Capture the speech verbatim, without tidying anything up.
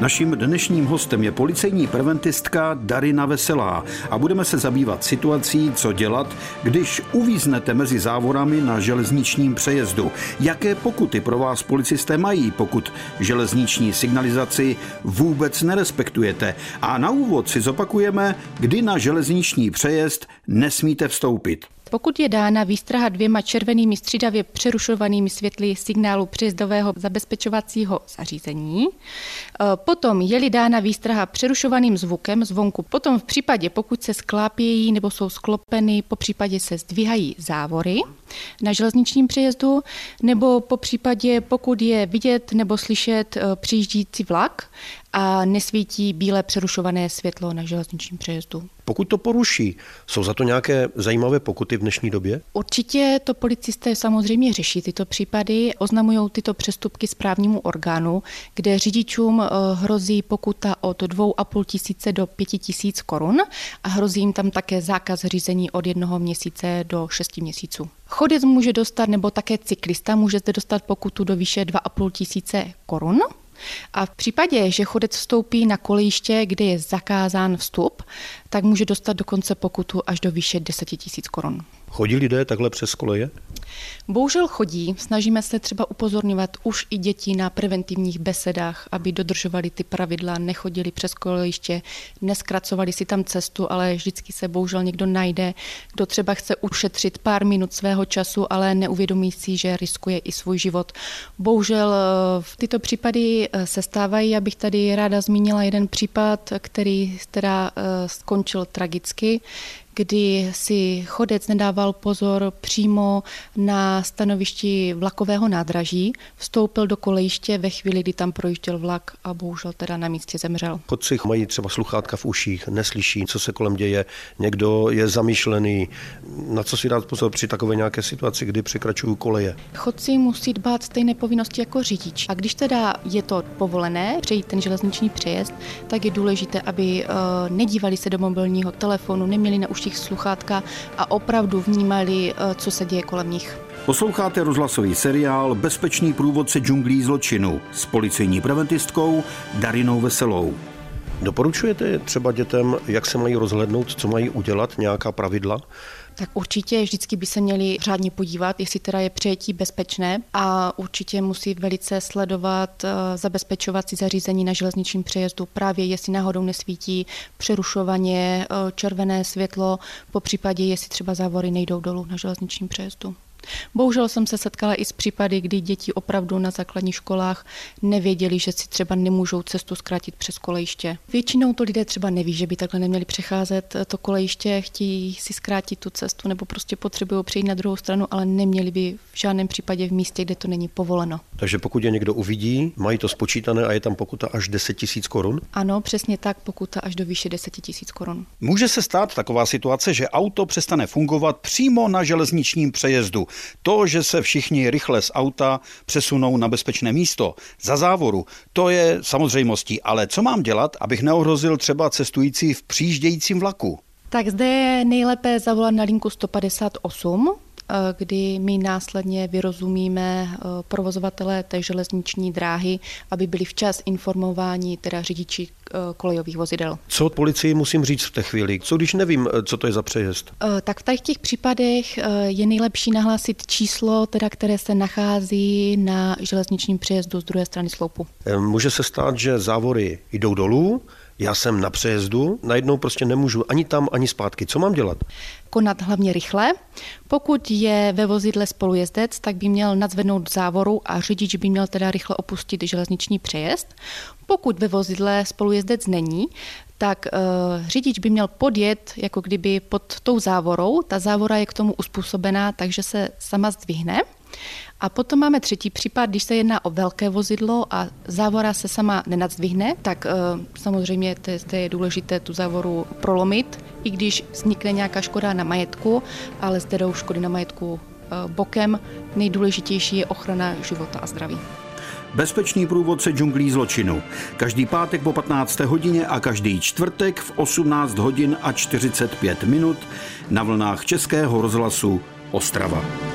Naším dnešním hostem je policejní preventistka Darina Veselá a budeme se zabývat situací, co dělat, když uvíznete mezi závorami na železničním přejezdu. Jaké pokuty pro vás policisté mají, pokud železniční signalizaci vůbec nerespektujete? A na úvod si zopakujeme, kdy na železniční přejezd nesmíte vstoupit. Pokud je dána výstraha dvěma červenými střídavě přerušovanými světly signálu přejezdového zabezpečovacího zařízení, potom je-li dána výstraha přerušovaným zvukem zvonku, potom v případě, pokud se sklápějí nebo jsou sklopeny, po případě se zdvihají závory na železničním přejezdu, nebo po případě, pokud je vidět nebo slyšet přijíždějící vlak a nesvítí bílé přerušované světlo na železničním přejezdu. Pokud to poruší, jsou za to nějaké zajímavé pokuty v dnešní době? Určitě to policisté samozřejmě řeší tyto případy, oznamují tyto přestupky správnímu orgánu, kde řidičům hrozí pokuta od dvou a půl tisíce do pěti tisíc korun a hrozí jim tam také zákaz řízení od jednoho měsíce do šesti měsíců. Chodec může dostat, nebo také cyklista může zde dostat pokutu do výše dva a půl tisíce korun. A v případě, že chodec vstoupí na kolejiště, kde je zakázán vstup, tak může dostat dokonce pokutu až do výše deset tisíc korun. Chodí lidé takhle přes koleje? Bohužel chodí. Snažíme se třeba upozorňovat už i děti na preventivních besedách, aby dodržovali ty pravidla, nechodili přes kolejiště, neskracovali si tam cestu, ale vždycky se bohužel někdo najde, kdo třeba chce ušetřit pár minut svého času, ale neuvědomí si, že riskuje i svůj život. Bohužel v tyto případy se stávají, abych tady ráda zmínila jeden případ, který teda skončil tragicky, kdy si chodec nedával pozor přímo na stanovišti vlakového nádraží, vstoupil do kolejiště ve chvíli, kdy tam projížděl vlak a bohužel teda na místě zemřel. Chodci mají třeba sluchátka v uších, neslyší, co se kolem děje, někdo je zamýšlený. Na co si dát pozor při takové nějaké situaci, kdy překračují koleje? Chodci musí dbát stejné povinnosti jako řidič. A když teda je to povolené přejít ten železniční přejezd, tak je důležité, aby uh, nedívali se do mobilního telefonu, neměli na uších sluchátka a opravdu vnímali, co se děje kolem nich. Posloucháte rozhlasový seriál Bezpečný průvodce džunglí zločinu s policejní preventistkou Darinou Veselou. Doporučujete třeba dětem, jak se mají rozhlédnout, co mají udělat, nějaká pravidla? Tak určitě vždycky by se měli řádně podívat, jestli teda je přijetí bezpečné a určitě musí velice sledovat zabezpečovací zařízení na železničním přejezdu, právě jestli náhodou nesvítí přerušovaně červené světlo, po případě jestli třeba závory nejdou dolů na železničním přejezdu. Bohužel jsem se setkala i s případy, kdy děti opravdu na základních školách nevěděli, že si třeba nemůžou cestu zkrátit přes kolejiště. Většinou to lidé třeba neví, že by takhle neměli přecházet to kolejiště, chtějí si zkrátit tu cestu nebo prostě potřebují přejít na druhou stranu, ale neměli by v žádném případě v místě, kde to není povoleno. Takže pokud je někdo uvidí, mají to spočítané a je tam pokuta až deset tisíc korun? Ano, přesně tak, pokuta až do výše deset tisíc korun. Může se stát taková situace, že auto přestane fungovat přímo na železničním přejezdu. To, že se všichni rychle z auta přesunou na bezpečné místo, za závoru, to je samozřejmostí. Ale co mám dělat, abych neohrozil třeba cestující v přijíždějícím vlaku? Tak zde je nejlépe zavolat na linku sto padesát osm, kdy my následně vyrozumíme provozovatele té železniční dráhy, aby byli včas informováni teda řidiči kolejových vozidel. Co policii musím říct v té chvíli? Co když nevím, co to je za přejezd? Tak v těch případech je nejlepší nahlásit číslo, teda, které se nachází na železničním přejezdu z druhé strany sloupu. Může se stát, že závory jdou dolů, já jsem na přejezdu, najednou prostě nemůžu ani tam, ani zpátky. Co mám dělat? Konat hlavně rychle. Pokud je ve vozidle spolujezdec, tak by měl nadzvednout závoru a řidič by měl teda rychle opustit železniční přejezd. Pokud ve vozidle spolujezdec není, tak uh, řidič by měl podjet jako kdyby pod tou závorou. Ta závora je k tomu uspůsobená, takže se sama zdvihne. A potom máme třetí případ, když se jedná o velké vozidlo a závora se sama nenadzvihne, tak uh, samozřejmě zde je důležité tu závoru prolomit, i když vznikne nějaká škoda na majetku, ale zde jdou škody na majetku uh, bokem. Nejdůležitější je ochrana života a zdraví. Bezpečný průvodce džunglí zločinu. Každý pátek po patnácté hodině a každý čtvrtek v osmnáct hodin a čtyřicet pět minut na vlnách Českého rozhlasu Ostrava.